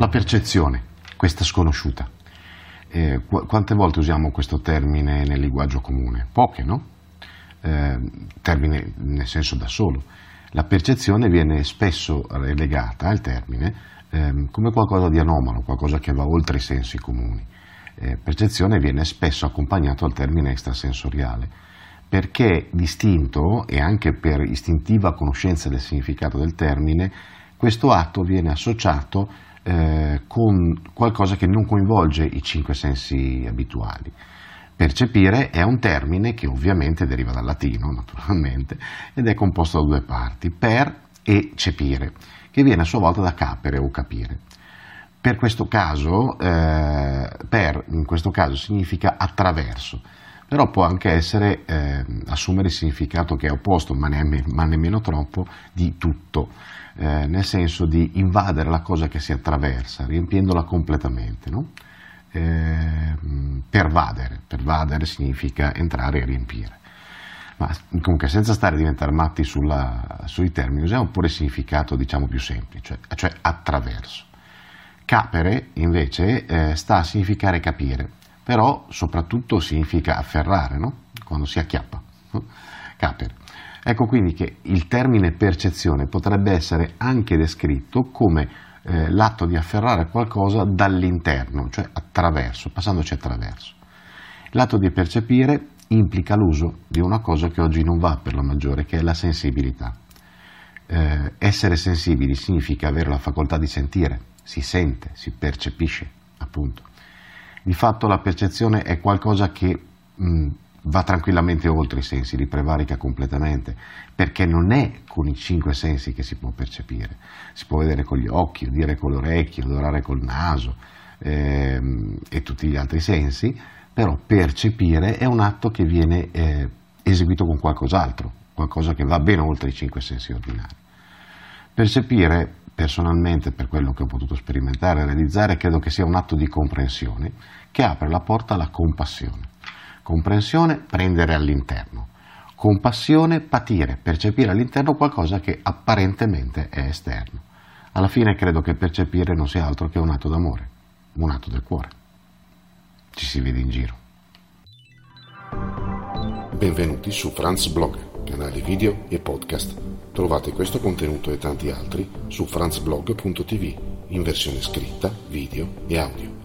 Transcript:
La percezione, questa sconosciuta. Quante volte usiamo questo termine nel linguaggio comune? Poche, no? Termine nel senso da solo. La percezione viene spesso relegata al termine come qualcosa di anomalo, qualcosa che va oltre i sensi comuni. Percezione viene spesso accompagnato al termine extrasensoriale, perché distinto e anche per istintiva conoscenza del significato del termine, questo atto viene associato con qualcosa che non coinvolge i cinque sensi abituali. Percepire è un termine che ovviamente deriva dal latino, naturalmente, ed è composto da due parti, per e cepire, che viene a sua volta da capere o capire. Per questo caso, per in questo caso significa attraverso, però può anche essere assumere il significato che è opposto, ma nemmeno troppo, di tutto, nel senso di invadere la cosa che si attraversa, riempiendola completamente, no? Pervadere significa entrare e riempire. Ma comunque, senza stare a diventare matti sui termini, usiamo pure il significato, diciamo, più semplice, cioè attraverso. Capere invece sta a significare capire, però soprattutto significa afferrare, no? Quando si acchiappa, no? Capere. Ecco quindi che il termine percezione potrebbe essere anche descritto come l'atto di afferrare qualcosa dall'interno, cioè attraverso, passandoci attraverso. L'atto di percepire implica l'uso di una cosa che oggi non va per la maggiore, che è la sensibilità. Essere sensibili significa avere la facoltà di sentire, si sente, si percepisce, appunto. Di fatto la percezione è qualcosa che va tranquillamente oltre i sensi, li prevarica completamente, perché non è con i cinque sensi che si può percepire. Si può vedere con gli occhi, udire con le orecchie, odorare col naso e tutti gli altri sensi, però percepire è un atto che viene eseguito con qualcos'altro, qualcosa che va ben oltre i cinque sensi ordinari. Percepire, personalmente, per quello che ho potuto sperimentare e realizzare, credo che sia un atto di comprensione che apre la porta alla compassione. Comprensione, prendere all'interno. Compassione, patire, percepire all'interno qualcosa che apparentemente è esterno. Alla fine credo che percepire non sia altro che un atto d'amore, un atto del cuore. Ci si vede in giro. Benvenuti su Franz Blog, canale video e podcast. Trovate questo contenuto e tanti altri su franzblog.tv in versione scritta, video e audio.